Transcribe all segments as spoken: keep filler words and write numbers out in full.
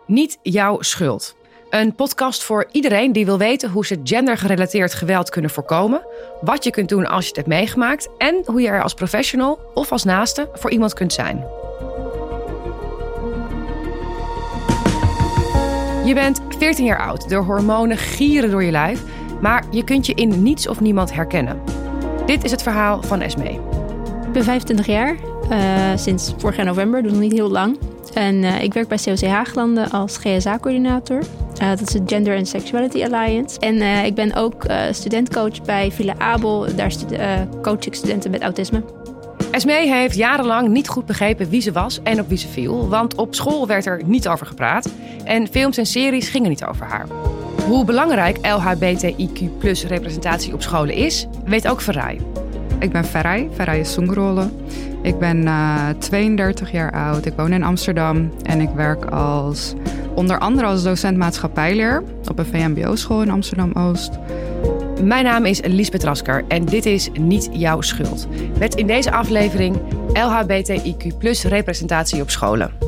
Niet jouw schuld. Een podcast voor iedereen die wil weten hoe ze gendergerelateerd geweld kunnen voorkomen, wat je kunt doen als je het hebt meegemaakt en hoe je er als professional of als naaste voor iemand kunt zijn. Je bent veertien jaar oud, de hormonen gieren door je lijf, maar je kunt je in niets of niemand herkennen. Dit is het verhaal van Esmee. Ik ben vijfentwintig jaar, uh, sinds vorig jaar november, dus nog niet heel lang. En uh, ik werk bij C O C Haaglanden als G S A-coördinator. Uh, dat is de Gender and Sexuality Alliance. En uh, ik ben ook uh, studentcoach bij Villa Abel. Daar stu- uh, coach ik studenten met autisme. Esmee heeft jarenlang niet goed begrepen wie ze was en op wie ze viel. Want op school werd er niet over gepraat. En films en series gingen niet over haar. Hoe belangrijk L H B T I Q plus representatie op scholen is, weet ook Farai. Ik ben Farai, Farai Sungrolle. Ik ben uh, tweeëndertig jaar oud. Ik woon in Amsterdam en ik werk als onder andere als docent maatschappijleer op een V M B O-school in Amsterdam-Oost. Mijn naam is Liesbeth Rasker en dit is Niet jouw schuld. Met in deze aflevering L H B T I Q plus representatie op scholen.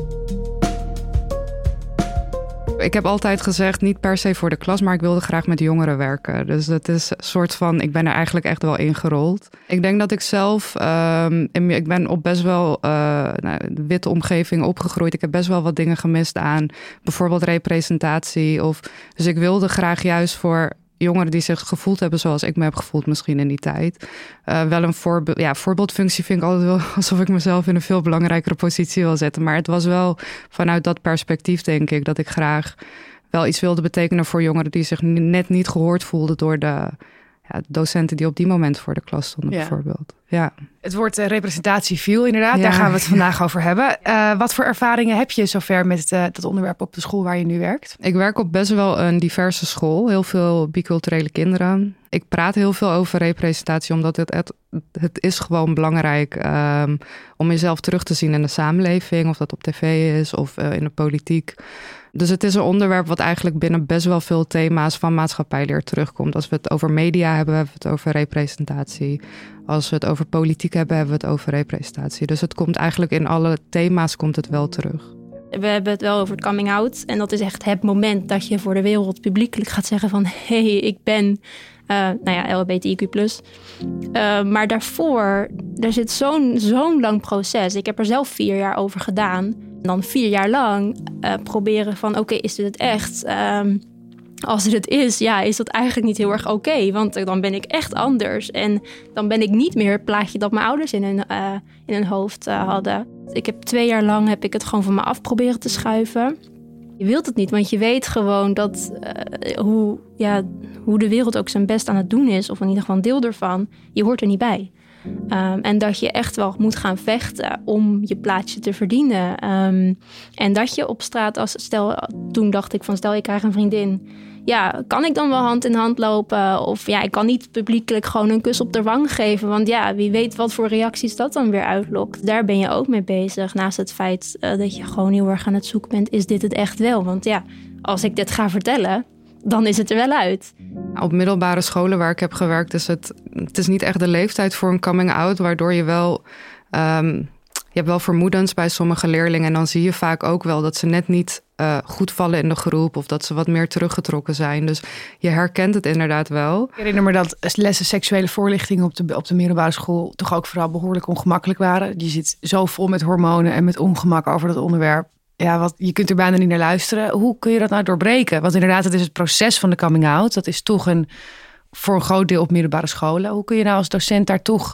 Ik heb altijd gezegd, niet per se voor de klas, maar ik wilde graag met jongeren werken. Dus dat is een soort van, ik ben er eigenlijk echt wel ingerold. Ik denk dat ik zelf, um, ik ben op best wel uh, nou, witte omgeving opgegroeid. Ik heb best wel wat dingen gemist aan bijvoorbeeld representatie. Of, dus ik wilde graag juist voor jongeren die zich gevoeld hebben zoals ik me heb gevoeld misschien in die tijd. Uh, wel een voorbeeld, ja, voorbeeldfunctie vind ik altijd wel alsof ik mezelf in een veel belangrijkere positie wil zetten. Maar het was wel vanuit dat perspectief, denk ik, dat ik graag wel iets wilde betekenen voor jongeren die zich net niet gehoord voelden door de ja, docenten die op die moment voor de klas stonden, ja. bijvoorbeeld. Ja. Het woord uh, representatie viel inderdaad, ja. Daar gaan we het vandaag over hebben. Uh, wat voor ervaringen heb je zover met uh, dat onderwerp op de school waar je nu werkt? Ik werk op best wel een diverse school. Heel veel biculturele kinderen. Ik praat heel veel over representatie, omdat het, het, het is gewoon belangrijk um, om jezelf terug te zien in de samenleving. Of dat op tv is of uh, in de politiek. Dus het is een onderwerp wat eigenlijk binnen best wel veel thema's van maatschappijleer terugkomt. Als we het over media hebben, hebben we het over representatie. Als we het over politiek hebben, hebben we het over representatie. Dus het komt eigenlijk in alle thema's komt het wel terug. We hebben het wel over het coming out. En dat is echt het moment dat je voor de wereld publiekelijk gaat zeggen van hé, hey, ik ben uh, nou ja, L H B T I Q plus. Uh, maar daarvoor, er zit zo'n, zo'n lang proces. Ik heb er zelf vier jaar over gedaan. En dan vier jaar lang uh, proberen van oké, okay, is dit het echt? Um, als het het is, ja, is dat eigenlijk niet heel erg oké. Okay, want dan ben ik echt anders. En dan ben ik niet meer het plaatje dat mijn ouders in hun, uh, in hun hoofd uh, hadden. Ik heb twee jaar lang heb ik het gewoon van me af proberen te schuiven. Je wilt het niet, want je weet gewoon dat uh, hoe, ja, hoe de wereld ook zijn best aan het doen is, of in ieder geval een deel ervan, je hoort er niet bij. Um, en dat je echt wel moet gaan vechten om je plaatsje te verdienen. Um, en dat je op straat, als stel, toen dacht ik van stel je krijgt een vriendin. Ja, kan ik dan wel hand in hand lopen? Of ja, ik kan niet publiekelijk gewoon een kus op de wang geven. Want ja, wie weet wat voor reacties dat dan weer uitlokt. Daar ben je ook mee bezig. Naast het feit uh, dat je gewoon heel erg aan het zoeken bent. Is dit het echt wel? Want ja, als ik dit ga vertellen, dan is het er wel uit. Op middelbare scholen waar ik heb gewerkt is het, het is niet echt de leeftijd voor een coming out. Waardoor je wel, um, je hebt wel vermoedens bij sommige leerlingen. En dan zie je vaak ook wel dat ze net niet uh, goed vallen in de groep. Of dat ze wat meer teruggetrokken zijn. Dus je herkent het inderdaad wel. Ik herinner me dat lessen seksuele voorlichting op de, op de middelbare school toch ook vooral behoorlijk ongemakkelijk waren. Je zit zo vol met hormonen en met ongemak over dat onderwerp. Ja, wat, je kunt er bijna niet naar luisteren. Hoe kun je dat nou doorbreken? Want inderdaad, het is het proces van de coming out. Dat is toch een, voor een groot deel op middelbare scholen. Hoe kun je nou als docent daar toch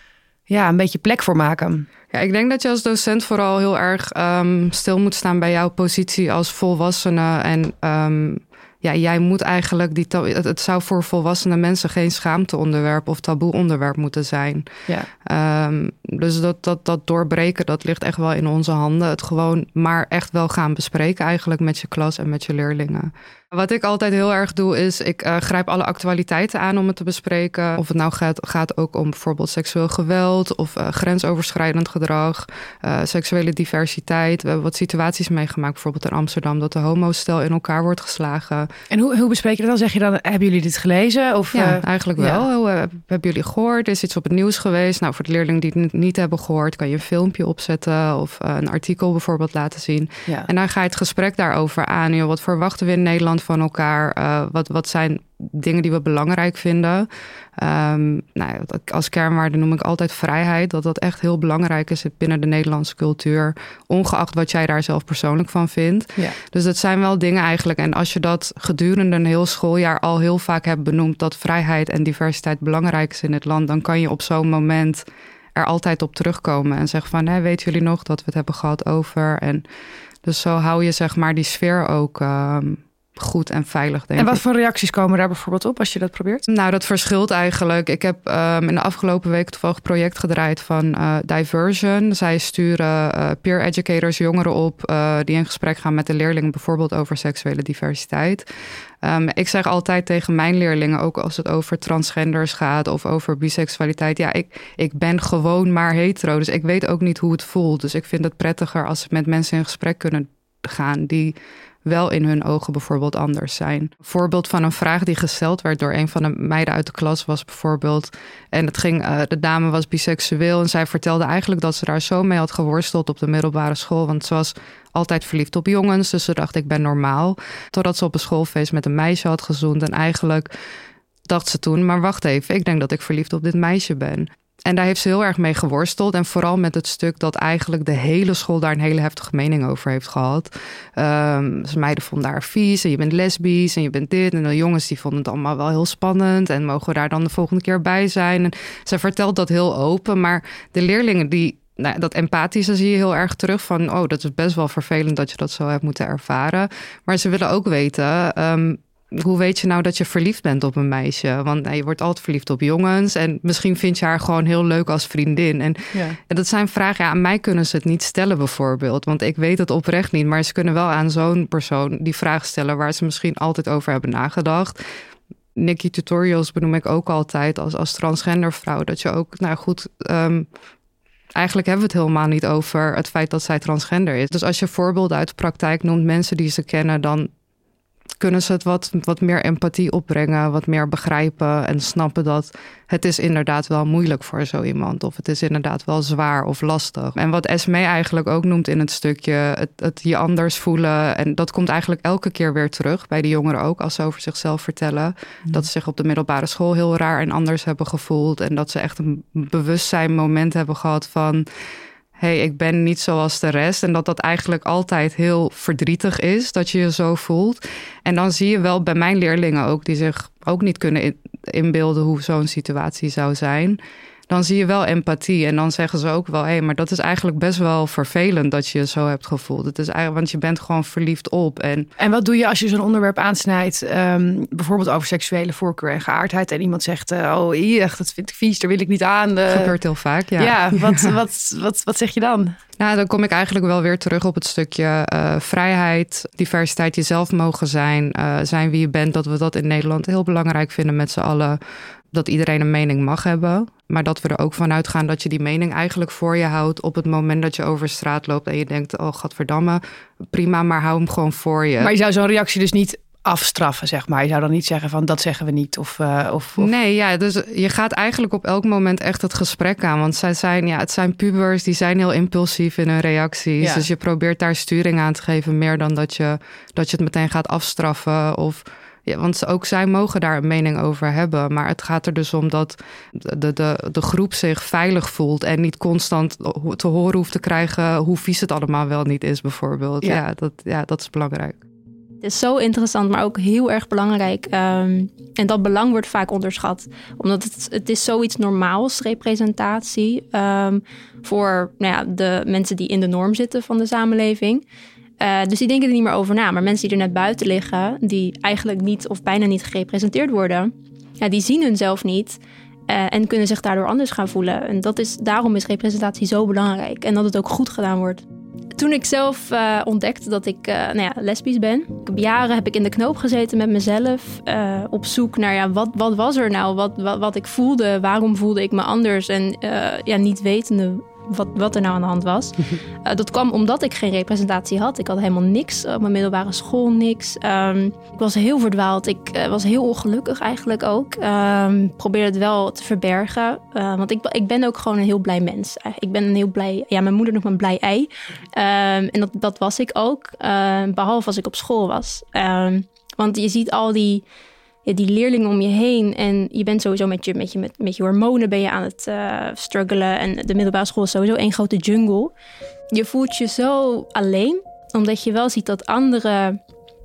ja, een beetje plek voor maken? Ja, ik denk dat je als docent vooral heel erg um, stil moet staan bij jouw positie als volwassene. En um, ja, jij moet eigenlijk, die to- het, het zou voor volwassene mensen geen schaamteonderwerp of taboe-onderwerp moeten zijn. Ja. Um, dus dat, dat, dat doorbreken, dat ligt echt wel in onze handen. Het gewoon maar echt wel gaan bespreken eigenlijk met je klas en met je leerlingen. Wat ik altijd heel erg doe is, ik uh, grijp alle actualiteiten aan om het te bespreken. Of het nou gaat, gaat ook om bijvoorbeeld seksueel geweld of uh, grensoverschrijdend gedrag, uh, seksuele diversiteit. We hebben wat situaties meegemaakt, bijvoorbeeld in Amsterdam, dat de homostel in elkaar wordt geslagen. En hoe, hoe bespreek je dat dan? Zeg je dan, hebben jullie dit gelezen? Of, ja, uh, eigenlijk wel. Ja. Hoe, uh, hebben jullie gehoord? Is iets op het nieuws geweest? Nou, voor de leerlingen die het niet hebben gehoord, kan je een filmpje opzetten of uh, een artikel bijvoorbeeld laten zien. Ja. En dan ga je het gesprek daarover aan. Joh, wat verwachten we in Nederland van elkaar? Uh, wat, wat zijn dingen die we belangrijk vinden? Um, nou, als kernwaarde noem ik altijd vrijheid. Dat dat echt heel belangrijk is binnen de Nederlandse cultuur. Ongeacht wat jij daar zelf persoonlijk van vindt. Ja. Dus dat zijn wel dingen eigenlijk. En als je dat gedurende een heel schooljaar al heel vaak hebt benoemd, dat vrijheid en diversiteit belangrijk is in het land, dan kan je op zo'n moment er altijd op terugkomen en zeggen van, hé, weten jullie nog dat we het hebben gehad over? En dus zo hou je zeg maar die sfeer ook um, goed en veilig, denk ik. En wat voor reacties komen daar bijvoorbeeld op als je dat probeert? Nou, dat verschilt eigenlijk. Ik heb um, in de afgelopen week toevallig een project gedraaid van uh, Diversion. Zij sturen uh, peer educators, jongeren op uh, die in gesprek gaan met de leerlingen, bijvoorbeeld over seksuele diversiteit. Um, ik zeg altijd tegen mijn leerlingen, ook als het over transgenders gaat of over biseksualiteit, ja, ik, ik ben gewoon maar hetero, dus ik weet ook niet hoe het voelt. Dus ik vind het prettiger als ze met mensen in gesprek kunnen gaan die wel in hun ogen bijvoorbeeld anders zijn. Een voorbeeld van een vraag die gesteld werd door een van de meiden uit de klas was bijvoorbeeld, en het ging, uh, de dame was biseksueel en zij vertelde eigenlijk dat ze daar zo mee had geworsteld op de middelbare school, want ze was altijd verliefd op jongens, dus ze dacht ik ben normaal. Totdat ze op een schoolfeest met een meisje had gezoend en eigenlijk dacht ze toen, maar wacht even, ik denk dat ik verliefd op dit meisje ben. En daar heeft ze heel erg mee geworsteld. En vooral met het stuk dat eigenlijk de hele school daar een hele heftige mening over heeft gehad. Um, dus meiden vonden haar vies en je bent lesbisch en je bent dit. En de jongens die vonden het allemaal wel heel spannend. En mogen we daar dan de volgende keer bij zijn? En ze vertelt dat heel open. Maar de leerlingen die... Nou, dat empathische zie je heel erg terug van, oh, dat is best wel vervelend dat je dat zo hebt moeten ervaren. Maar ze willen ook weten, um, hoe weet je nou dat je verliefd bent op een meisje? Want nou, je wordt altijd verliefd op jongens en misschien vind je haar gewoon heel leuk als vriendin. En, ja. en dat zijn vragen, ja, aan mij kunnen ze het niet stellen bijvoorbeeld. Want ik weet het oprecht niet, maar ze kunnen wel aan zo'n persoon die vraag stellen waar ze misschien altijd over hebben nagedacht. Nikki Tutorials benoem ik ook altijd als, als transgender vrouw. Dat je ook, nou goed... Um, Eigenlijk hebben we het helemaal niet over het feit dat zij transgender is. Dus als je voorbeelden uit de praktijk noemt, mensen die ze kennen, dan kunnen ze het wat, wat meer empathie opbrengen, wat meer begrijpen en snappen dat het is inderdaad wel moeilijk voor zo iemand. Of het is inderdaad wel zwaar of lastig. En wat Esmee eigenlijk ook noemt in het stukje, het, het je anders voelen. En dat komt eigenlijk elke keer weer terug bij de jongeren ook, als ze over zichzelf vertellen. Mm. Dat ze zich op de middelbare school heel raar en anders hebben gevoeld. En dat ze echt een bewustzijn moment hebben gehad van, hey, ik ben niet zoals de rest. En dat dat eigenlijk altijd heel verdrietig is, dat je je zo voelt. En dan zie je wel bij mijn leerlingen ook, die zich ook niet kunnen inbeelden hoe zo'n situatie zou zijn. Dan zie je wel empathie en dan zeggen ze ook wel, hé, hey, maar dat is eigenlijk best wel vervelend dat je je zo hebt gevoeld. Het is eigenlijk, want je bent gewoon verliefd op. En, en wat doe je als je zo'n onderwerp aansnijdt, um, bijvoorbeeld over seksuele voorkeur en geaardheid, en iemand zegt, uh, oh, hier, dat vind ik vies, daar wil ik niet aan. Uh, gebeurt heel vaak, ja. Ja, wat, wat, wat, wat zeg je dan? Nou, dan kom ik eigenlijk wel weer terug op het stukje uh, vrijheid, diversiteit, jezelf mogen zijn, uh, zijn wie je bent. Dat we dat in Nederland heel belangrijk vinden met z'n allen. Dat iedereen een mening mag hebben. Maar dat we er ook van uitgaan dat je die mening eigenlijk voor je houdt op het moment dat je over straat loopt en je denkt, oh, gadverdamme, prima, maar hou hem gewoon voor je. Maar je zou zo'n reactie dus niet afstraffen, zeg maar. Je zou dan niet zeggen van, dat zeggen we niet. Of, uh, of, of... Nee, ja, dus je gaat eigenlijk op elk moment echt het gesprek aan. Want zij zijn, ja, het zijn pubers, die zijn heel impulsief in hun reacties. Ja. Dus je probeert daar sturing aan te geven, meer dan dat je, dat je het meteen gaat afstraffen of... Ja, want ook zij mogen daar een mening over hebben. Maar het gaat er dus om dat de, de, de groep zich veilig voelt en niet constant te horen hoeft te krijgen hoe vies het allemaal wel niet is, bijvoorbeeld. Ja, ja, dat, ja dat is belangrijk. Het is zo interessant, maar ook heel erg belangrijk. Um, en dat belang wordt vaak onderschat. Omdat het, het is zoiets normaals, representatie, um, voor nou ja, de mensen die in de norm zitten van de samenleving. Uh, dus die denken er niet meer over na. Maar mensen die er net buiten liggen, die eigenlijk niet of bijna niet gerepresenteerd worden, ja, die zien hunzelf niet uh, en kunnen zich daardoor anders gaan voelen. En dat is, daarom is representatie zo belangrijk en dat het ook goed gedaan wordt. Toen ik zelf uh, ontdekte dat ik uh, nou ja, lesbisch ben. Ik heb jaren heb ik in de knoop gezeten met mezelf. Uh, op zoek naar ja, wat, wat was er nou? Wat, wat, wat ik voelde. Waarom voelde ik me anders? En uh, ja, niet wetende wat, wat er nou aan de hand was. Uh, dat kwam omdat ik geen representatie had. Ik had helemaal niks. Op mijn middelbare school niks. Um, ik was heel verdwaald. Ik uh, was heel ongelukkig eigenlijk ook. Um, probeerde het wel te verbergen. Uh, want ik, ik ben ook gewoon een heel blij mens. Ik ben een heel blij... Ja, mijn moeder noemt me een blij ei. Um, en dat, dat was ik ook. Uh, behalve als ik op school was. Um, want je ziet al die... Ja, die leerlingen om je heen. En je bent sowieso met je, met je, met, met je hormonen ben je aan het uh, struggelen. En de middelbare school is sowieso één grote jungle. Je voelt je zo alleen. Omdat je wel ziet dat anderen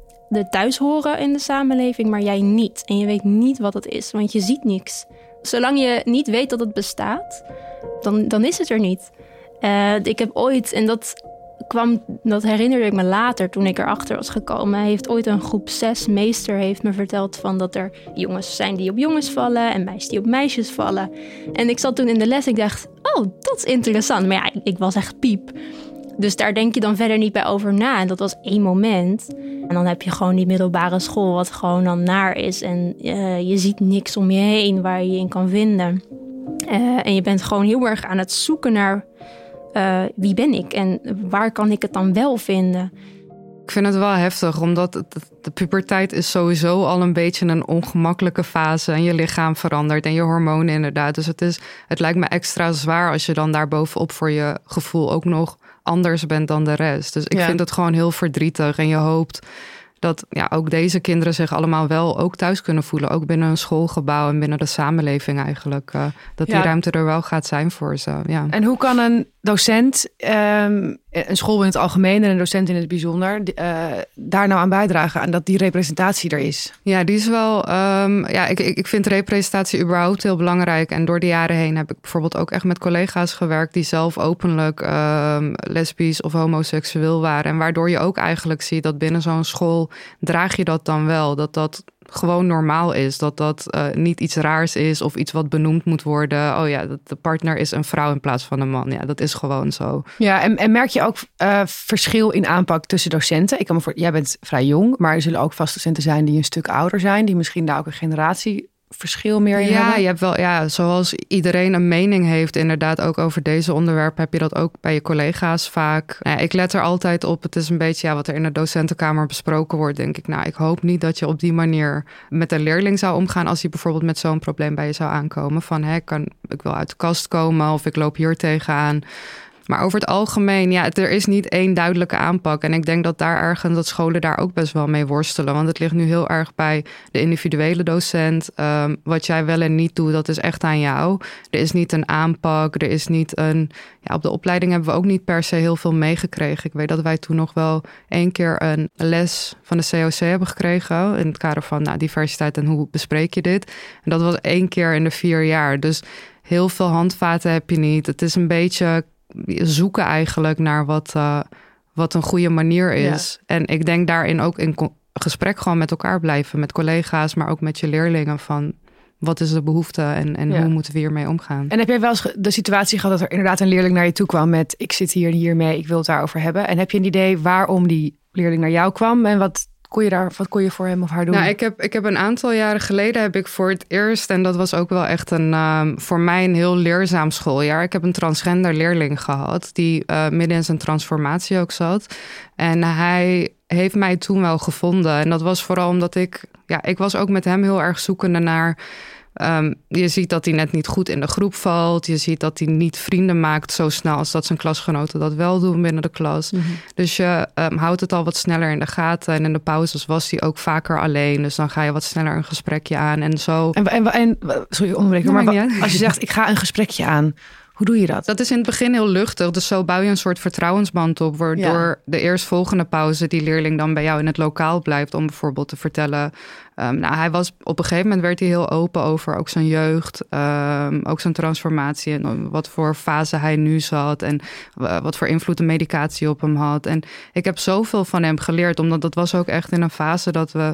er thuis horen in de samenleving. Maar jij niet. En je weet niet wat het is. Want je ziet niks. Zolang je niet weet dat het bestaat. Dan, dan is het er niet. Uh, ik heb ooit... En dat... kwam, dat herinnerde ik me later toen ik erachter was gekomen. Hij heeft ooit een groep zes meester heeft me verteld van dat er jongens zijn die op jongens vallen en meisjes die op meisjes vallen. En ik zat toen in de les en ik dacht, oh, dat is interessant. Maar ja, ik, ik was echt piep. Dus daar denk je dan verder niet bij over na. En dat was één moment. En dan heb je gewoon die middelbare school wat gewoon dan naar is. En uh, je ziet niks om je heen waar je je in kan vinden. Uh, en je bent gewoon heel erg aan het zoeken naar... Uh, wie ben ik en waar kan ik het dan wel vinden? Ik vind het wel heftig, omdat de puberteit is sowieso al een beetje een ongemakkelijke fase. En je lichaam verandert en je hormonen inderdaad. Dus het, is, het lijkt me extra zwaar als je dan daarbovenop voor je gevoel ook nog anders bent dan de rest. Dus ik ja. vind het gewoon heel verdrietig en je hoopt... dat ja, ook deze kinderen zich allemaal wel ook thuis kunnen voelen. Ook binnen een schoolgebouw en binnen de samenleving eigenlijk. Uh, dat die ja. ruimte er wel gaat zijn voor ze. Ja. En hoe kan een docent, um, een school in het algemeen en een docent in het bijzonder... Uh, daar nou aan bijdragen aan dat die representatie er is? Ja, die is wel... Um, ja, ik, ik vind representatie überhaupt heel belangrijk. En door de jaren heen heb ik bijvoorbeeld ook echt met collega's gewerkt... die zelf openlijk um, lesbisch of homoseksueel waren. En waardoor je ook eigenlijk ziet dat binnen zo'n school... draag je dat dan wel, dat dat gewoon normaal is. Dat dat uh, niet iets raars is of iets wat benoemd moet worden. Oh ja, de partner is een vrouw in plaats van een man. Ja, dat is gewoon zo. Ja, en, en merk je ook uh, verschil in aanpak tussen docenten? Ik kan me voor, jij bent vrij jong, maar er zullen ook vast docenten zijn die een stuk ouder zijn, die misschien daar ook een generatie... verschil meer in ja, hebben? Je hebt wel, ja, zoals iedereen een mening heeft, inderdaad ook over deze onderwerpen, heb je dat ook bij je collega's vaak. Ja, ik let er altijd op, het is een beetje ja, wat er in de docentenkamer besproken wordt, denk ik. Nou, ik hoop niet dat je op die manier met een leerling zou omgaan als hij bijvoorbeeld met zo'n probleem bij je zou aankomen. Van, hè, kan, ik wil uit de kast komen of ik loop hier tegenaan. Maar over het algemeen, ja, er is niet één duidelijke aanpak. En ik denk dat daar ergens, dat scholen daar ook best wel mee worstelen. Want het ligt nu heel erg bij de individuele docent. Um, wat jij wel en niet doet, dat is echt aan jou. Er is niet een aanpak, er is niet een... Ja, op de opleiding hebben we ook niet per se heel veel meegekregen. Ik weet dat wij toen nog wel één keer een les van de C O C hebben gekregen. In het kader van nou, diversiteit en hoe bespreek je dit. En dat was één keer in de vier jaar. Dus heel veel handvaten heb je niet. Het is een beetje... zoeken eigenlijk naar wat, uh, wat een goede manier is. Ja. En ik denk daarin ook in gesprek gewoon met elkaar blijven. Met collega's, maar ook met je leerlingen van... wat is de behoefte en, en ja. hoe moeten we hiermee omgaan? En heb jij wel eens de situatie gehad dat er inderdaad een leerling naar je toe kwam... met ik zit hier en hiermee, ik wil het daarover hebben. En heb je een idee waarom die leerling naar jou kwam en wat... Kon je daar, wat kon je voor hem of haar doen? Nou, ik heb, ik heb een aantal jaren geleden heb ik voor het eerst... en dat was ook wel echt een um, voor mij een heel leerzaam schooljaar. Ik heb een transgender leerling gehad... die uh, midden in zijn transformatie ook zat. En hij heeft mij toen wel gevonden. En dat was vooral omdat ik... ja, ik was ook met hem heel erg zoekende naar... Um, je ziet dat hij net niet goed in de groep valt. Je ziet dat hij niet vrienden maakt zo snel als dat zijn klasgenoten dat wel doen binnen de klas. Mm-hmm. Dus je um, houdt het al wat sneller in de gaten. En in de pauzes was hij ook vaker alleen. Dus dan ga je wat sneller een gesprekje aan en zo. En, en, en sorry, onderbreken, maar wat, als je zegt ik ga een gesprekje aan... Hoe doe je dat? Dat is in het begin heel luchtig. Dus zo bouw je een soort vertrouwensband op... waardoor ja. de eerstvolgende pauze die leerling dan bij jou in het lokaal blijft... om bijvoorbeeld te vertellen... Um, nou, hij was op een gegeven moment werd hij heel open over ook zijn jeugd... Um, ook zijn transformatie en wat voor fase hij nu zat... en uh, wat voor invloed de medicatie op hem had. En ik heb zoveel van hem geleerd... omdat dat was ook echt in een fase dat we...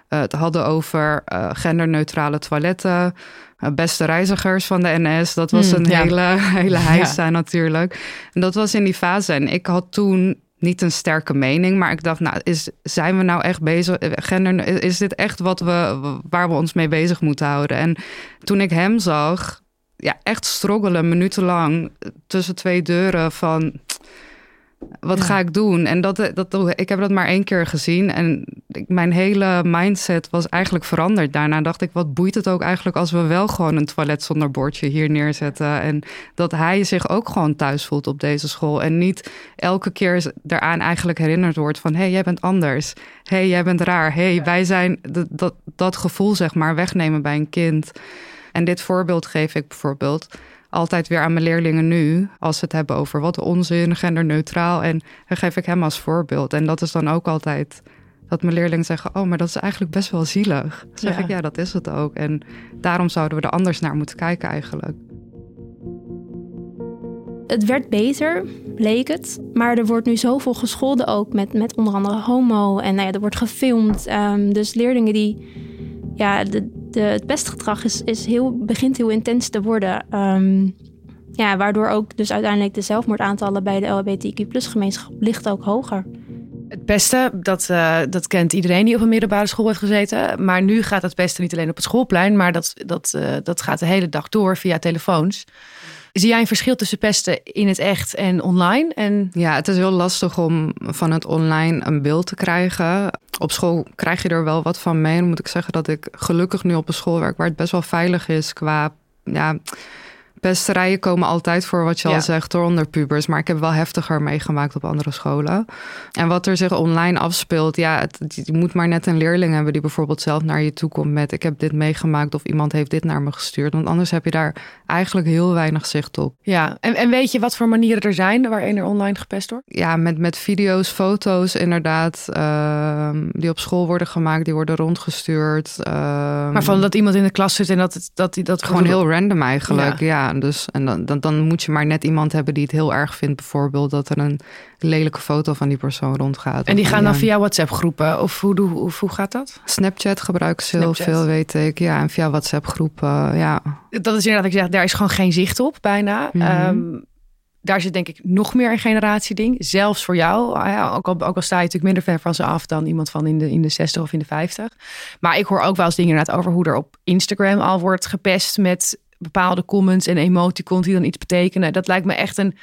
uh, het hadden over uh, genderneutrale toiletten. Uh, beste reizigers van de N S. Dat was een mm, ja. hele, hele heisa ja. natuurlijk. En dat was in die fase. En ik had toen niet een sterke mening, maar ik dacht, nou, is, zijn we nou echt bezig? Gender, is dit echt wat we, waar we ons mee bezig moeten houden? En toen ik hem zag, ja, echt struggelen, minutenlang tussen twee deuren van, wat ja. ga ik doen? En dat, dat, ik heb dat maar één keer gezien en mijn hele mindset was eigenlijk veranderd. Daarna dacht ik, wat boeit het ook eigenlijk als we wel gewoon een toilet zonder bordje hier neerzetten? En dat hij zich ook gewoon thuis voelt op deze school en niet elke keer daaraan eigenlijk herinnerd wordt van, hé, hey, jij bent anders. Hé, hey, jij bent raar. Hé, hey, ja. wij zijn dat, dat, dat gevoel zeg maar wegnemen bij een kind. En dit voorbeeld geef ik bijvoorbeeld altijd weer aan mijn leerlingen nu, als ze het hebben over wat onzin, genderneutraal. En dan geef ik hem als voorbeeld. En dat is dan ook altijd dat mijn leerlingen zeggen, oh, maar dat is eigenlijk best wel zielig. Dan zeg ja. ik, ja, dat is het ook. En daarom zouden we er anders naar moeten kijken eigenlijk. Het werd beter, bleek het. Maar er wordt nu zoveel gescholden ook met, met onder andere homo. En nou ja, er wordt gefilmd. Um, dus leerlingen die, ja, de, de, het pestgedrag is, is heel, begint heel intens te worden. Um, ja, waardoor ook dus uiteindelijk de zelfmoordaantallen bij de L H B T I Q plus gemeenschap ligt ook hoger. Het pesten, dat, uh, dat kent iedereen die op een middelbare school heeft gezeten. Maar nu gaat het pesten niet alleen op het schoolplein, maar dat, dat, uh, dat gaat de hele dag door via telefoons. Zie jij een verschil tussen pesten in het echt en online? En... Ja, het is heel lastig om van het online een beeld te krijgen. Op school krijg je er wel wat van mee. Dan moet ik zeggen dat ik gelukkig nu op een school werk waar het best wel veilig is qua... Ja, pesterijen komen altijd voor wat je ja. al zegt door onder pubers. Maar ik heb wel heftiger meegemaakt op andere scholen. En wat er zich online afspeelt. Ja, het, je moet maar net een leerling hebben die bijvoorbeeld zelf naar je toe komt met... ik heb dit meegemaakt of iemand heeft dit naar me gestuurd. Want anders heb je daar eigenlijk heel weinig zicht op. Ja, en, en weet je wat voor manieren er zijn waarin er online gepest wordt? Ja, met, met video's, foto's inderdaad. Uh, die op school worden gemaakt, die worden rondgestuurd. Uh, maar van dat iemand in de klas zit en dat het... Dat, dat gewoon heel random eigenlijk, ja. ja. Dus, en dan, dan, dan moet je maar net iemand hebben die het heel erg vindt. Bijvoorbeeld dat er een lelijke foto van die persoon rondgaat. En die gaan dan via WhatsApp groepen? Of hoe, hoe, hoe gaat dat? Snapchat gebruiken ze heel veel, weet ik. Ja, en via WhatsApp groepen, ja. Dat is inderdaad, ik zeg, daar is gewoon geen zicht op bijna. Mm-hmm. Um, daar zit denk ik nog meer een generatieding. Zelfs voor jou. Ja, ook, al, ook al sta je natuurlijk minder ver van ze af dan iemand van in de, in de zestig of in de vijftig. Maar ik hoor ook wel eens dingen inderdaad over hoe er op Instagram al wordt gepest met bepaalde comments en emoticons die dan iets betekenen. Dat lijkt me echt een,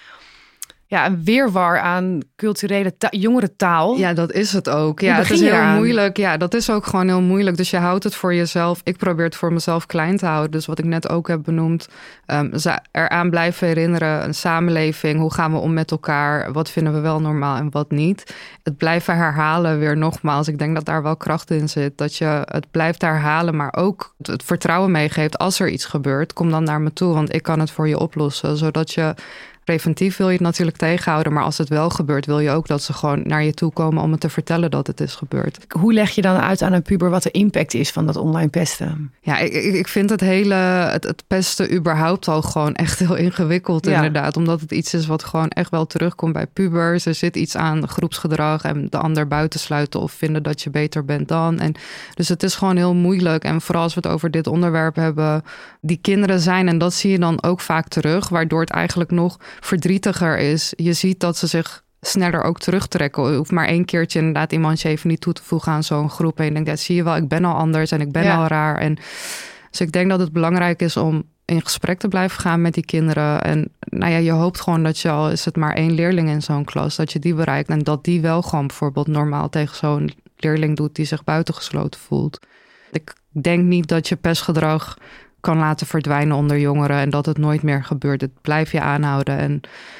ja, een weerwar aan culturele ta- jongerentaal. Ja, dat is het ook. Ja, het is heel aan? moeilijk. Ja, dat is ook gewoon heel moeilijk. Dus je houdt het voor jezelf. Ik probeer het voor mezelf klein te houden. Dus wat ik net ook heb benoemd. Um, eraan blijven herinneren. Een samenleving. Hoe gaan we om met elkaar? Wat vinden we wel normaal en wat niet? Het blijven herhalen weer nogmaals. Ik denk dat daar wel kracht in zit. Dat je het blijft herhalen, maar ook het vertrouwen meegeeft. Als er iets gebeurt, kom dan naar me toe. Want ik kan het voor je oplossen. Zodat je... Preventief wil je het natuurlijk tegenhouden, maar als het wel gebeurt, wil je ook dat ze gewoon naar je toe komen om het te vertellen dat het is gebeurd. Hoe leg je dan uit aan een puber wat de impact is van dat online pesten? Ja, ik, ik vind het hele, het, het pesten überhaupt al gewoon echt heel ingewikkeld ja. inderdaad. Omdat het iets is wat gewoon echt wel terugkomt bij pubers. Er zit iets aan groepsgedrag en de ander buitensluiten of vinden dat je beter bent dan. En dus het is gewoon heel moeilijk. En vooral als we het over dit onderwerp hebben, die kinderen zijn, en dat zie je dan ook vaak terug, waardoor het eigenlijk nog verdrietiger is. Je ziet dat ze zich sneller ook terugtrekken. Je hoeft maar één keertje inderdaad iemand je even niet toe te voegen aan zo'n groep. En je denkt, ja, zie je wel, ik ben al anders en ik ben ja. al raar. En dus ik denk dat het belangrijk is om in gesprek te blijven gaan met die kinderen. En nou ja, je hoopt gewoon dat je, al is het maar één leerling in zo'n klas, dat je die bereikt. En dat die wel gewoon bijvoorbeeld normaal tegen zo'n leerling doet die zich buitengesloten voelt. Ik denk niet dat je pestgedrag kan laten verdwijnen onder jongeren en dat het nooit meer gebeurt. Het blijf je aanhouden en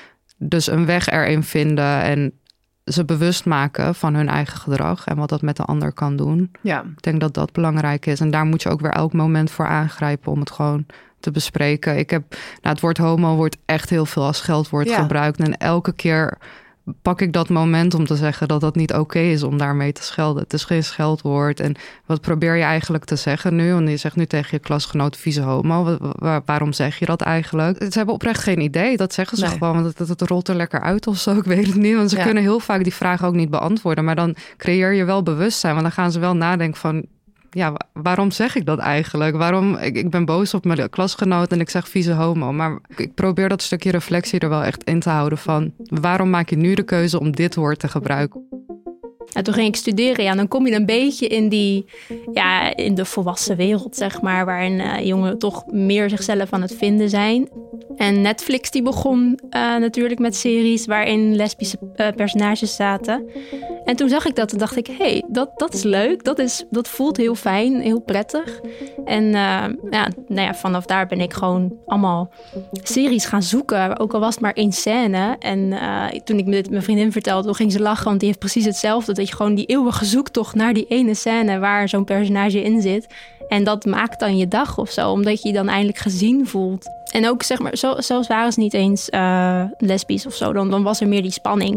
dus een weg erin vinden en ze bewust maken van hun eigen gedrag en wat dat met de ander kan doen. Ja. Ik denk dat dat belangrijk is en daar moet je ook weer elk moment voor aangrijpen om het gewoon te bespreken. Ik heb, nou, het woord homo wordt echt heel veel als scheldwoord ja. gebruikt en elke keer pak ik dat moment om te zeggen dat dat niet oké okay is om daarmee te schelden. Het is geen scheldwoord. En wat probeer je eigenlijk te zeggen nu? Want je zegt nu tegen je klasgenoot vieze homo. Waar, waarom zeg je dat eigenlijk? Ze hebben oprecht geen idee. Dat zeggen ze nee. gewoon. Want het, het rolt er lekker uit of zo. Ik weet het niet. Want ze ja. kunnen heel vaak die vraag ook niet beantwoorden. Maar dan creëer je wel bewustzijn. Want dan gaan ze wel nadenken van, ja, waarom zeg ik dat eigenlijk? Waarom, ik, ik ben boos op mijn klasgenoot en ik zeg vieze homo. Maar ik probeer dat stukje reflectie er wel echt in te houden van... waarom maak je nu de keuze om dit woord te gebruiken? En toen ging ik studeren. Ja, dan kom je een beetje in die, ja, in de volwassen wereld, zeg maar, waarin uh, jongeren toch meer zichzelf aan het vinden zijn. En Netflix die begon uh, natuurlijk met series waarin lesbische uh, personages zaten. En toen zag ik dat en dacht ik, hé, hey, dat, dat is leuk. Dat, is, dat voelt heel fijn, heel prettig. En uh, ja, nou ja, vanaf daar ben ik gewoon allemaal series gaan zoeken. Ook al was het maar één scène. En uh, toen ik dit mijn vriendin vertelde, toen ging ze lachen, want die heeft precies hetzelfde. Dat je gewoon die eeuwige zoektocht naar die ene scène waar zo'n personage in zit. En dat maakt dan je dag of zo, omdat je je dan eindelijk gezien voelt. En ook, zeg maar, zo, zelfs waren ze niet eens uh, lesbisch of zo, dan, dan was er meer die spanning.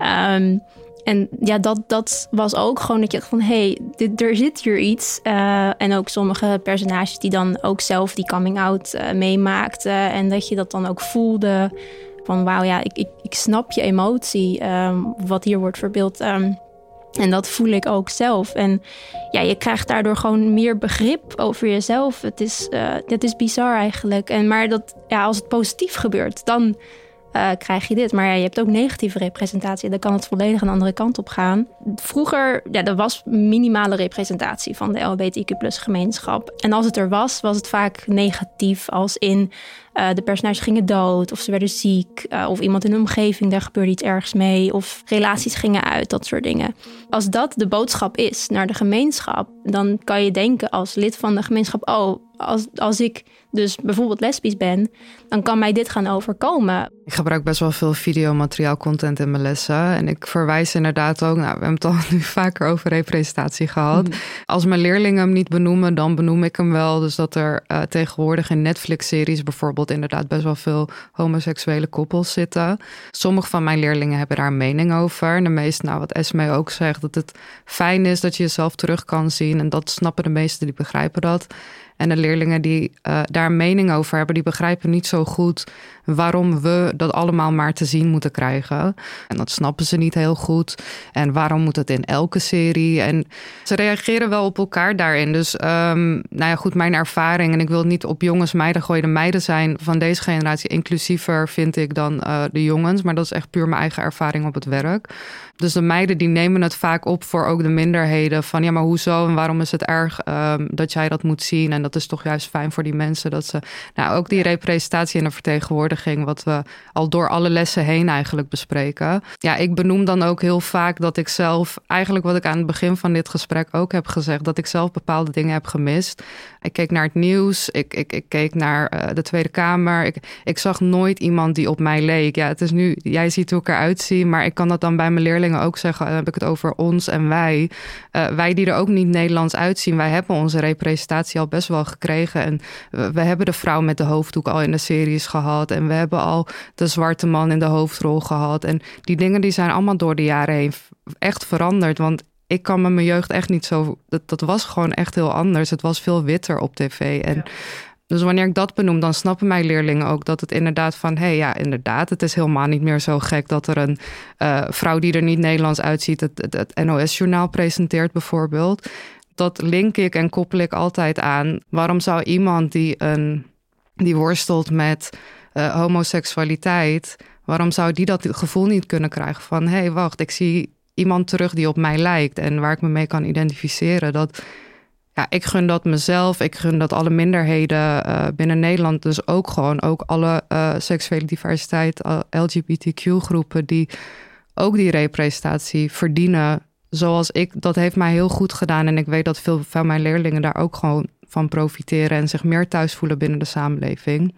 Um, en ja, dat, dat was ook gewoon dat je dacht van, hé, hey, er zit hier iets. Uh, en ook sommige personages die dan ook zelf die coming-out uh, meemaakten. En dat je dat dan ook voelde. Van wauw, ja, ik, ik, ik snap je emotie, um, wat hier wordt verbeeld. Um, En dat voel ik ook zelf. En ja, je krijgt daardoor gewoon meer begrip over jezelf. Het is, uh, het is bizar eigenlijk. En, maar dat, ja, als het positief gebeurt, dan uh, krijg je dit. Maar ja, je hebt ook negatieve representatie. Dan kan het volledig een andere kant op gaan. Vroeger, ja, er was minimale representatie van de L G B T Q plus gemeenschap. En als het er was, was het vaak negatief. Als in uh, de personages gingen dood of ze werden ziek. Uh, of iemand in de omgeving, daar gebeurde iets ergs mee. Of relaties gingen uit, dat soort dingen. Als dat de boodschap is naar de gemeenschap, dan kan je denken als lid van de gemeenschap, oh, als, als ik dus bijvoorbeeld lesbisch ben, dan kan mij dit gaan overkomen. Ik gebruik best wel veel videomateriaal content in mijn lessen. En ik verwijs inderdaad ook, nou, we hebben het al nu vaker over representatie gehad. Mm. Als mijn leerlingen hem niet benoemen, dan benoem ik hem wel. Dus dat er uh, tegenwoordig in Netflix-series bijvoorbeeld inderdaad best wel veel homoseksuele koppels zitten. Sommige van mijn leerlingen hebben daar een mening over. En de meeste, nou wat Esme ook zegt, dat het fijn is dat je jezelf terug kan zien. En dat snappen de meesten, die begrijpen dat. En de leerlingen die uh, daar een mening over hebben, die begrijpen niet zo goed waarom we dat allemaal maar te zien moeten krijgen. En dat snappen ze niet heel goed. En waarom moet het in elke serie? En ze reageren wel op elkaar daarin. Dus um, nou ja, goed, mijn ervaring, en ik wil het niet op jongens, meiden gooien. De meiden zijn van deze generatie inclusiever, vind ik, dan uh, de jongens. Maar dat is echt puur mijn eigen ervaring op het werk. Dus de meiden die nemen het vaak op voor ook de minderheden. Van ja, maar hoezo en waarom is het erg um, dat jij dat moet zien? En dat is toch juist fijn voor die mensen. Dat ze, nou, ook die representatie en de vertegenwoordiging, wat we al door alle lessen heen eigenlijk bespreken. Ja, ik benoem dan ook heel vaak dat ik zelf, eigenlijk wat ik aan het begin van dit gesprek ook heb gezegd, dat ik zelf bepaalde dingen heb gemist. Ik keek naar het nieuws, ik, ik, ik keek naar uh, de Tweede Kamer. Ik, ik zag nooit iemand die op mij leek. Ja, het is nu, jij ziet hoe ik eruit zie, maar ik kan dat dan bij mijn leerlingen ook zeggen. Dan heb ik het over ons en wij. Uh, wij die er ook niet Nederlands uitzien. Wij hebben onze representatie al best wel gekregen. En we, we hebben de vrouw met de hoofddoek al in de series gehad. En we hebben al de zwarte man in de hoofdrol gehad. En die dingen die zijn allemaal door de jaren heen echt veranderd. Want ik kan me mijn jeugd echt niet zo... Dat, dat was gewoon echt heel anders. Het was veel witter op tv. En ja. Dus wanneer ik dat benoem, dan snappen mijn leerlingen ook dat het inderdaad van, hé, hey, ja, inderdaad, het is helemaal niet meer zo gek dat er een uh, vrouw die er niet Nederlands uitziet het, het, het N O S-journaal presenteert bijvoorbeeld. Dat link ik en koppel ik altijd aan. Waarom zou iemand die, een, die worstelt met uh, homoseksualiteit, waarom zou die dat gevoel niet kunnen krijgen van, hé, hey, wacht, ik zie iemand terug die op mij lijkt en waar ik me mee kan identificeren. Dat... Ja, ik gun dat mezelf. Ik gun dat alle minderheden uh, binnen Nederland. Dus ook gewoon ook alle uh, seksuele diversiteit, uh, L G B T Q-groepen die ook die representatie verdienen. Zoals ik, dat heeft mij heel goed gedaan. En ik weet dat veel van mijn leerlingen daar ook gewoon van profiteren en zich meer thuis voelen binnen de samenleving.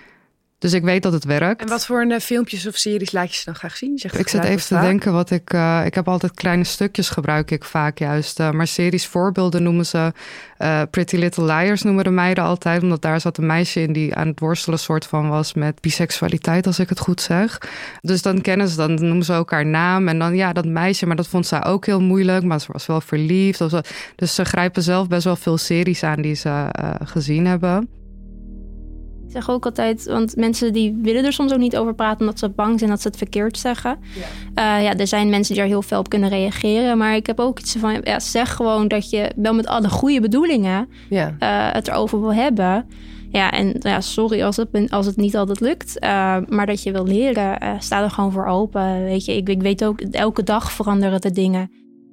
Dus ik weet dat het werkt. En wat voor uh, filmpjes of series laat je ze dan graag zien? Zeg ik zit even te denken wat ik... Uh, ik heb altijd kleine stukjes gebruik ik vaak juist. Uh, maar series voorbeelden noemen ze... Uh, Pretty Little Liars noemen de meiden altijd. Omdat daar zat een meisje in die aan het worstelen soort van was met biseksualiteit, als ik het goed zeg. Dus dan kennen ze, dan noemen ze elkaar naam. En dan ja, dat meisje, maar dat vond zij ook heel moeilijk. Maar ze was wel verliefd. Of zo. Dus ze grijpen zelf best wel veel series aan die ze uh, gezien hebben. Ik zeg ook altijd, want mensen die willen er soms ook niet over praten omdat ze bang zijn dat ze het verkeerd zeggen. Ja, uh, ja er zijn mensen die er heel fel op kunnen reageren. Maar ik heb ook iets van, ja, zeg gewoon dat je wel met alle goede bedoelingen ja. uh, het erover wil hebben. Ja, en ja, sorry als het, als het niet altijd lukt. Uh, maar dat je wil leren, uh, sta er gewoon voor open. Weet je, ik, ik weet ook, elke dag veranderen de dingen.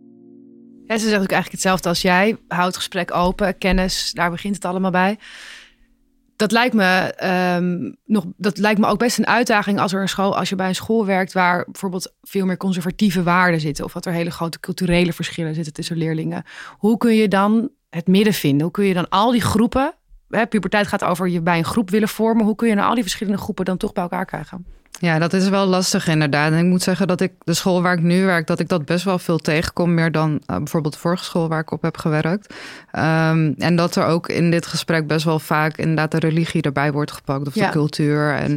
Ja, ze zegt ook eigenlijk hetzelfde als jij. Houd het gesprek open, kennis, daar begint het allemaal bij. Dat lijkt me um, nog, dat lijkt me ook best een uitdaging als er een school, als je bij een school werkt waar bijvoorbeeld veel meer conservatieve waarden zitten, of wat er hele grote culturele verschillen zitten tussen leerlingen. Hoe kun je dan het midden vinden? Hoe kun je dan al die groepen, hè, puberteit gaat over je bij een groep willen vormen, hoe kun je nou al die verschillende groepen dan toch bij elkaar krijgen? Ja, dat is wel lastig inderdaad. En ik moet zeggen dat ik de school waar ik nu werk, dat ik dat best wel veel tegenkom. Meer dan uh, bijvoorbeeld de vorige school waar ik op heb gewerkt. Um, en dat er ook in dit gesprek best wel vaak inderdaad de religie erbij wordt gepakt. Of ja. de cultuur. En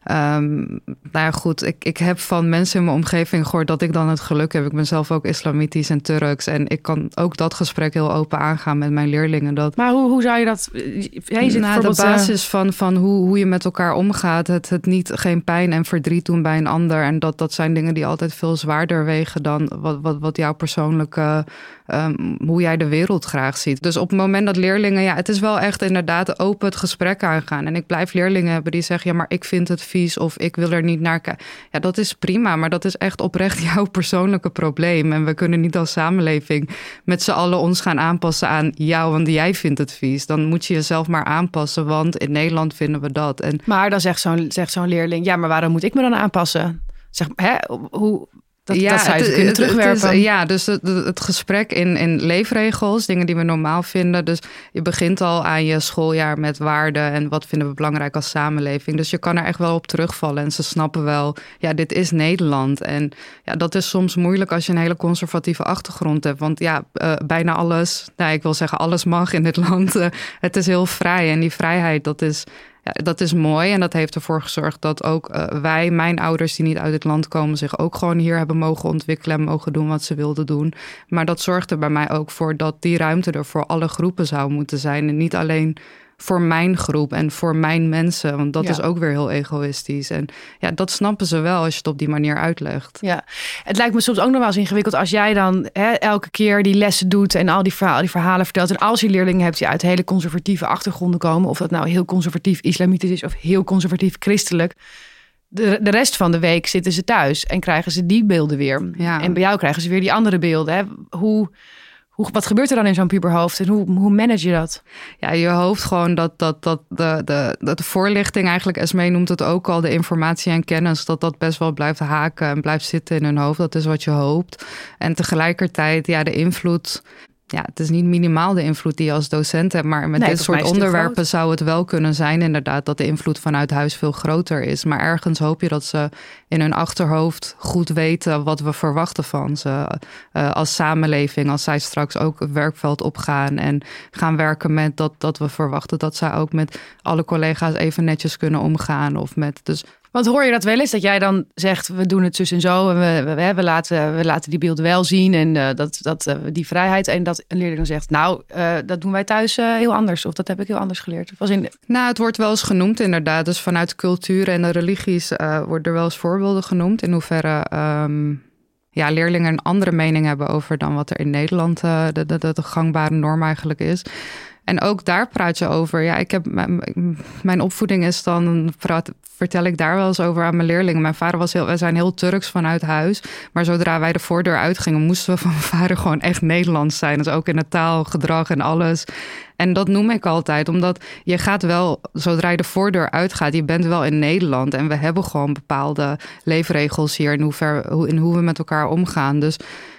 um, nou ja, goed. Ik, ik heb van mensen in mijn omgeving gehoord dat ik dan het geluk heb. Ik ben zelf ook islamitisch en Turks. En ik kan ook dat gesprek heel open aangaan met mijn leerlingen. Dat, maar hoe, hoe zou je dat... Jij zit nou, de basis van, van hoe, hoe je met elkaar omgaat. Het, het niet geen pijn en verdriet doen bij een ander. En dat, dat zijn dingen die altijd veel zwaarder wegen dan wat, wat, wat jouw persoonlijke, um, hoe jij de wereld graag ziet. Dus op het moment dat leerlingen, ja, het is wel echt inderdaad open het gesprek aangaan. En ik blijf leerlingen hebben die zeggen, ja, maar ik vind het vies of ik wil er niet naar kijken. Ja, dat is prima, maar dat is echt oprecht jouw persoonlijke probleem. En we kunnen niet als samenleving met z'n allen ons gaan aanpassen aan jou, want jij vindt het vies. Dan moet je jezelf maar aanpassen, want in Nederland vinden we dat. En maar dan zegt zo'n, zegt zo'n leerling, ja, maar waarom moet ik me dan aanpassen? Zeg, hè, hoe... Dat, ja, dat zou je het, kunnen terugwerpen. Het is, ja, dus het, het gesprek in, in leefregels, dingen die we normaal vinden. Dus je begint al aan je schooljaar met waarden en wat vinden we belangrijk als samenleving. Dus je kan er echt wel op terugvallen en ze snappen wel, ja, dit is Nederland. En ja, dat is soms moeilijk als je een hele conservatieve achtergrond hebt. Want ja, uh, bijna alles, nou, ik wil zeggen alles mag in dit land. Uh, het is heel vrij en die vrijheid, dat is... Ja, dat is mooi en dat heeft ervoor gezorgd dat ook uh, wij, mijn ouders die niet uit het land komen, zich ook gewoon hier hebben mogen ontwikkelen en mogen doen wat ze wilden doen. Maar dat zorgde bij mij ook voor dat die ruimte er voor alle groepen zou moeten zijn. En niet alleen voor mijn groep en voor mijn mensen, want dat ja. is ook weer heel egoïstisch. En ja, dat snappen ze wel als je het op die manier uitlegt. Ja, het lijkt me soms ook nog wel eens ingewikkeld als jij dan hè, elke keer die lessen doet en al die, verhaal, die verhalen vertelt. En als je leerlingen hebt die uit hele conservatieve achtergronden komen, of dat nou heel conservatief islamitisch is of heel conservatief christelijk. De, de rest van de week zitten ze thuis en krijgen ze die beelden weer. Ja. En bij jou krijgen ze weer die andere beelden. Hè. Hoe... Hoe, wat gebeurt er dan in zo'n puberhoofd en hoe, hoe manage je dat? Ja, je hoopt gewoon dat, dat, dat de, de, de, de voorlichting eigenlijk, Esmee noemt het ook al, de informatie en kennis, dat dat best wel blijft haken en blijft zitten in hun hoofd. Dat is wat je hoopt. En tegelijkertijd, ja, de invloed... Ja, het is niet minimaal de invloed die je als docent hebt, maar met nee, dit soort onderwerpen zou het wel kunnen zijn inderdaad dat de invloed vanuit huis veel groter is. Maar ergens hoop je dat ze in hun achterhoofd goed weten wat we verwachten van ze uh, als samenleving. Als zij straks ook het werkveld opgaan en gaan werken met dat, dat we verwachten dat zij ook met alle collega's even netjes kunnen omgaan. Of met, dus... Want hoor je dat wel eens, dat jij dan zegt, we doen het zus en zo en we, we, we, laten, we laten die beelden wel zien en uh, dat, dat, uh, die vrijheid. En dat een leerling dan zegt, nou, uh, dat doen wij thuis uh, heel anders of dat heb ik heel anders geleerd. Was in... Nou, het wordt wel eens genoemd inderdaad. Dus vanuit cultuur en de religies uh, worden er wel eens voorbeelden genoemd. In hoeverre um, ja, leerlingen een andere mening hebben over dan wat er in Nederland uh, de, de, de, de gangbare norm eigenlijk is. En ook daar praat je over. Ja, ik heb mijn, mijn opvoeding is dan, praat, vertel ik daar wel eens over aan mijn leerlingen. Mijn vader was heel, wij zijn heel Turks vanuit huis. Maar zodra wij de voordeur uitgingen, moesten we van mijn vader gewoon echt Nederlands zijn. Dus ook in de taal, gedrag en alles. En dat noem ik altijd, omdat je gaat wel, zodra je de voordeur uitgaat, je bent wel in Nederland. En we hebben gewoon bepaalde leefregels hier in, hoever, in hoe we met elkaar omgaan. Dus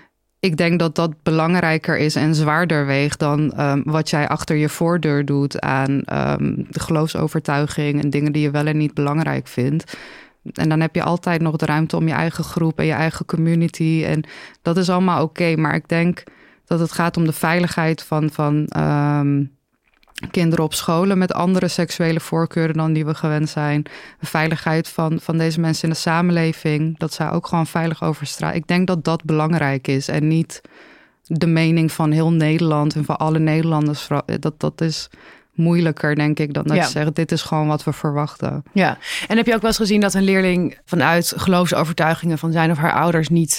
ik denk dat dat belangrijker is en zwaarder weegt dan um, wat jij achter je voordeur doet aan um, de geloofsovertuiging en dingen die je wel en niet belangrijk vindt. En dan heb je altijd nog de ruimte om je eigen groep en je eigen community. En dat is allemaal oké. Okay, maar ik denk dat het gaat om de veiligheid van, van um, kinderen op scholen met andere seksuele voorkeuren dan die we gewend zijn. De veiligheid van, van deze mensen in de samenleving. Dat zij ook gewoon veilig over straat. Ik denk dat dat belangrijk is. En niet de mening van heel Nederland en van alle Nederlanders. Dat, dat is moeilijker, denk ik, dan dat Ja. je zegt, dit is gewoon wat we verwachten. Ja, en heb je ook wel eens gezien dat een leerling vanuit geloofsovertuigingen van zijn of haar ouders niet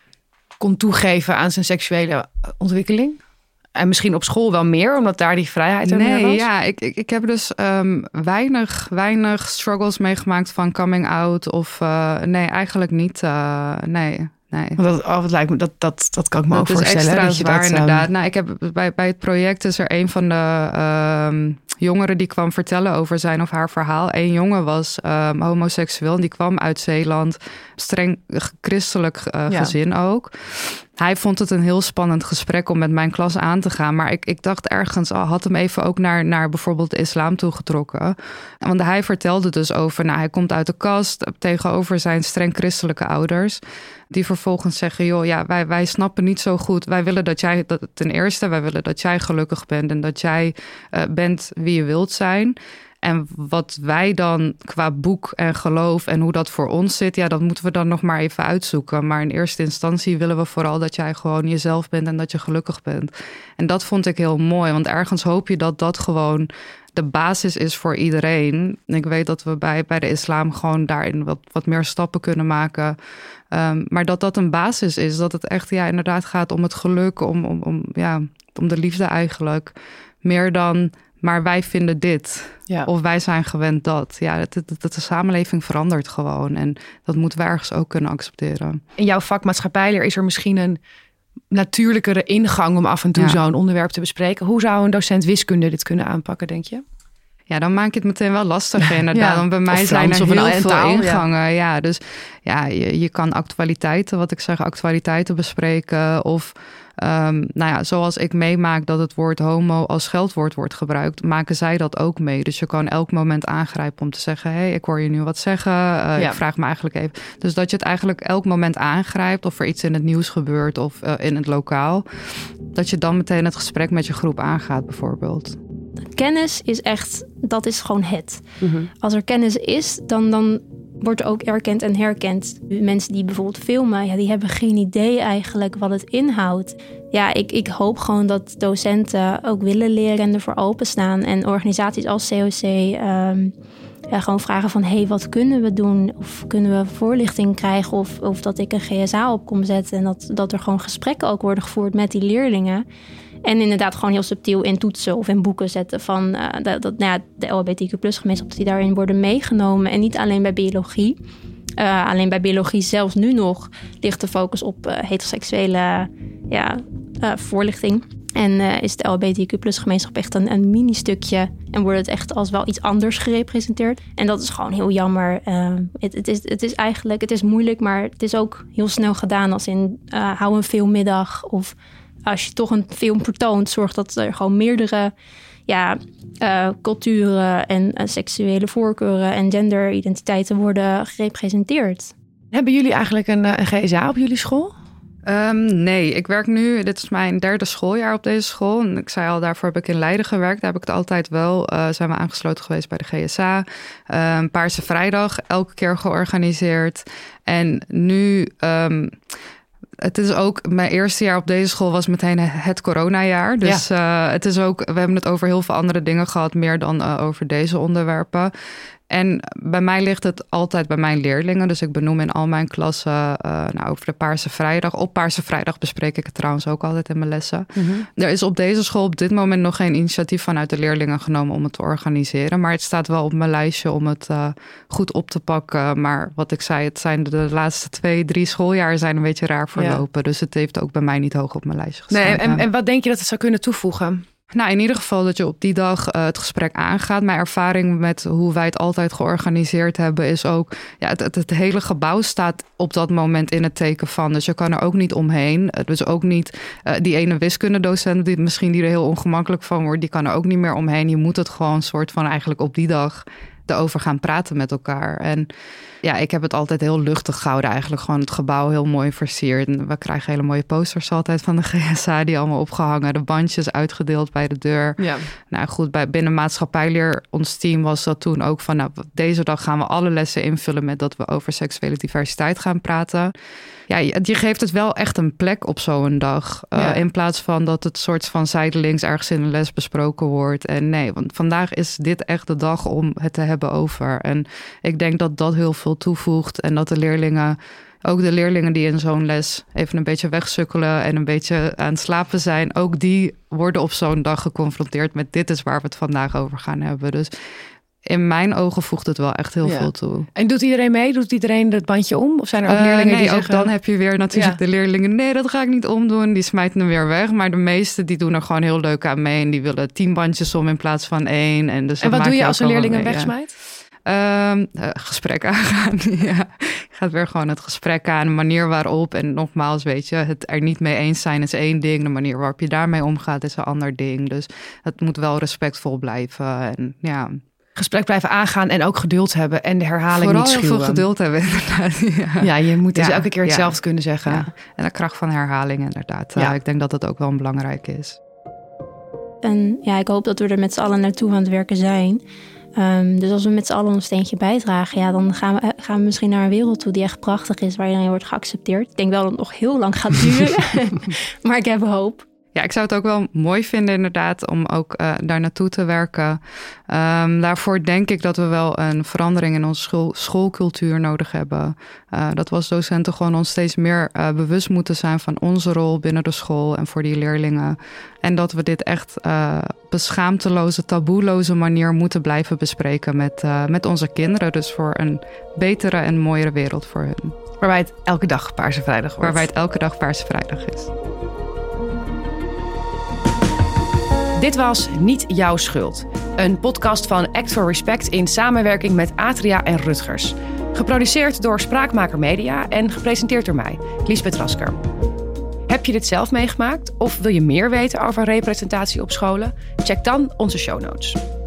kon toegeven aan zijn seksuele ontwikkeling? En misschien op school wel meer, omdat daar die vrijheid er meer was? Nee, ja, ik, ik, ik heb dus um, weinig, weinig struggles meegemaakt van coming out. Of uh, nee, eigenlijk niet. Uh, nee, nee. Want dat, oh, wat lijkt me, dat, dat, dat kan ik me dat ook voorstellen. is extra dat je zwaar, dat, inderdaad. Um... Nou, ik heb, bij, bij het project is er een van de um, jongeren die kwam vertellen over zijn of haar verhaal. Eén jongen was um, homoseksueel en die kwam uit Zeeland. Streng christelijk uh, ja. gezin ook. Hij vond het een heel spannend gesprek om met mijn klas aan te gaan. Maar ik, ik dacht ergens, al had hem even ook naar, naar bijvoorbeeld de islam toegetrokken. Want hij vertelde dus over, nou, hij komt uit de kast tegenover zijn streng christelijke ouders. Die vervolgens zeggen, joh, ja, wij, wij snappen niet zo goed. Wij willen dat jij, dat, ten eerste, wij willen dat jij gelukkig bent. En dat jij uh, bent wie je wilt zijn. En wat wij dan qua boek en geloof en hoe dat voor ons zit, ja, dat moeten we dan nog maar even uitzoeken. Maar in eerste instantie willen we vooral dat jij gewoon jezelf bent en dat je gelukkig bent. En dat vond ik heel mooi, want ergens hoop je dat dat gewoon de basis is voor iedereen. En ik weet dat we bij, bij de islam gewoon daarin wat, wat meer stappen kunnen maken. Um, maar dat dat een basis is, dat het echt ja, inderdaad gaat om het geluk, om, om, om, ja, om de liefde eigenlijk. Meer dan, maar wij vinden dit. Ja. Of wij zijn gewend dat. Ja, dat, dat, dat de samenleving verandert gewoon. En dat moeten we ergens ook kunnen accepteren. In jouw vak maatschappijleer is er misschien een natuurlijkere ingang om af en toe ja. zo'n onderwerp te bespreken. Hoe zou een docent wiskunde dit kunnen aanpakken, denk je? Ja, dan maak je het meteen wel lastig inderdaad. Ja. Want bij mij of zijn er heel veel taal, ingangen. Ja. Ja. ja, dus ja, je, je kan actualiteiten, wat ik zeg, actualiteiten bespreken. Of um, nou ja, zoals ik meemaak dat het woord homo als scheldwoord wordt gebruikt, maken zij dat ook mee. Dus je kan elk moment aangrijpen om te zeggen, hé, hey, ik hoor je nu wat zeggen. Uh, ja. Ik vraag me eigenlijk even. Dus dat je het eigenlijk elk moment aangrijpt, of er iets in het nieuws gebeurt of uh, in het lokaal. Dat je dan meteen het gesprek met je groep aangaat, bijvoorbeeld. Kennis is echt, dat is gewoon het. Mm-hmm. Als er kennis is, dan, dan wordt er ook erkend en herkend. Mensen die bijvoorbeeld filmen, ja, die hebben geen idee eigenlijk wat het inhoudt. Ja, ik, ik hoop gewoon dat docenten ook willen leren en ervoor openstaan. En organisaties als C O C um, ja, gewoon vragen van, hé, hey, wat kunnen we doen? Of kunnen we voorlichting krijgen? Of, of dat ik een G S A op kom zetten. En dat, dat er gewoon gesprekken ook worden gevoerd met die leerlingen. En inderdaad gewoon heel subtiel in toetsen of in boeken zetten van uh, dat, dat, nou ja, de L H B T Q plus gemeenschap, dat die daarin worden meegenomen. En niet alleen bij biologie. Uh, alleen bij biologie zelfs nu nog ligt de focus op uh, heteroseksuele ja, uh, voorlichting. En uh, is de L H B T Q plus gemeenschap echt een, een mini-stukje. En wordt het echt als wel iets anders gerepresenteerd. En dat is gewoon heel jammer. Uh, het, het, is, het is eigenlijk, het is moeilijk, maar het is ook heel snel gedaan. Als in, uh, hou een filmmiddag of als je toch een film vertoont, zorg dat er gewoon meerdere ja, uh, culturen en uh, seksuele voorkeuren en genderidentiteiten worden gerepresenteerd. Hebben jullie eigenlijk een, een G S A op jullie school? Um, nee, ik werk nu, dit is mijn derde schooljaar op deze school. En ik zei al, daarvoor heb ik in Leiden gewerkt. Daar heb ik het altijd wel, uh, zijn we aangesloten geweest bij de G S A. Um, Paarse Vrijdag, elke keer georganiseerd. En nu... Um, Het is ook, mijn eerste jaar op deze school was meteen het coronajaar. Dus ja. uh, het is ook, we hebben het over heel veel andere dingen gehad, meer dan uh, over deze onderwerpen. En bij mij ligt het altijd bij mijn leerlingen. Dus ik benoem in al mijn klassen uh, nou, over de Paarse Vrijdag. Op Paarse Vrijdag bespreek ik het trouwens ook altijd in mijn lessen. Mm-hmm. Er is op deze school op dit moment nog geen initiatief vanuit de leerlingen genomen om het te organiseren. Maar het staat wel op mijn lijstje om het uh, goed op te pakken. Maar wat ik zei, het zijn de, de laatste twee, drie schooljaren zijn een beetje raar verlopen. Ja. Dus het heeft ook bij mij niet hoog op mijn lijstje gestaan. Nee, en, en wat denk je dat het zou kunnen toevoegen? Nou, in ieder geval dat je op die dag uh, het gesprek aangaat. Mijn ervaring met hoe wij het altijd georganiseerd hebben is ook... Ja, het, het, het hele gebouw staat op dat moment in het teken van. Dus je kan er ook niet omheen. Dus ook niet uh, die ene wiskundedocent, die misschien die er heel ongemakkelijk van wordt, die kan er ook niet meer omheen. Je moet het gewoon soort van eigenlijk op die dag erover gaan praten met elkaar. En ja, ik heb het altijd heel luchtig gehouden eigenlijk. Gewoon het gebouw heel mooi versierd. En we krijgen hele mooie posters altijd van de G S A die allemaal opgehangen. De bandjes uitgedeeld bij de deur. Ja. Nou goed, bij binnen maatschappijleer, ons team was dat toen ook van... nou, deze dag gaan we alle lessen invullen met dat we over seksuele diversiteit gaan praten. Ja, je geeft het wel echt een plek op zo'n dag. Uh, ja. In plaats van dat het soort van zijdelings ergens in een les besproken wordt. En nee, want vandaag is dit echt de dag om het te hebben over. En ik denk dat dat heel veel toevoegt. En dat de leerlingen, ook de leerlingen die in zo'n les even een beetje wegsukkelen en een beetje aan het slapen zijn, ook die worden op zo'n dag geconfronteerd met dit is waar we het vandaag over gaan hebben. Dus in mijn ogen voegt het wel echt heel ja. veel toe. En doet iedereen mee? Doet iedereen het bandje om? Of zijn er ook uh, leerlingen nee, die ook zeggen... dan heb je weer natuurlijk ja. de leerlingen... nee, dat ga ik niet omdoen. Die smijten hem weer weg. Maar de meesten die doen er gewoon heel leuk aan mee. En die willen tien bandjes om in plaats van één. En, dus en wat doe je als een leerling hem wegsmijt? Ja. Uh, uh, gesprek aangaan. ja. Je gaat weer gewoon het gesprek aan. De manier waarop. En nogmaals, weet je, het er niet mee eens zijn is één ding. De manier waarop je daarmee omgaat is een ander ding. Dus het moet wel respectvol blijven. En ja... gesprek blijven aangaan en ook geduld hebben en de herhaling Vooral niet schuwen. Vooral heel veel geduld hebben, inderdaad. Ja, ja je moet dus ja, elke keer hetzelfde ja. kunnen zeggen. Ja. En de kracht van herhaling, inderdaad. Ja. Uh, ik denk dat dat ook wel belangrijk is. En ja, ik hoop dat we er met z'n allen naartoe aan het werken zijn. Um, dus als we met z'n allen een steentje bijdragen, ja, dan gaan we, gaan we misschien naar een wereld toe die echt prachtig is, waar iedereen wordt geaccepteerd. Ik denk wel dat het nog heel lang gaat duren, maar ik heb hoop. Ja, ik zou het ook wel mooi vinden inderdaad om ook uh, daar naartoe te werken. Um, daarvoor denk ik dat we wel een verandering in onze school, schoolcultuur nodig hebben. Uh, dat we als docenten gewoon ons steeds meer uh, bewust moeten zijn van onze rol binnen de school en voor die leerlingen. En dat we dit echt uh, op een schaamteloze, taboeloze manier moeten blijven bespreken met, uh, met onze kinderen. Dus voor een betere en mooiere wereld voor hun. Waarbij het elke dag Paarse Vrijdag wordt. Waarbij het elke dag Paarse Vrijdag is. Dit was Niet Jouw Schuld. Een podcast van Act for Respect in samenwerking met Atria en Rutgers. Geproduceerd door Spraakmaker Media en gepresenteerd door mij, Liesbeth Rasker. Heb je dit zelf meegemaakt of wil je meer weten over representatie op scholen? Check dan onze show notes.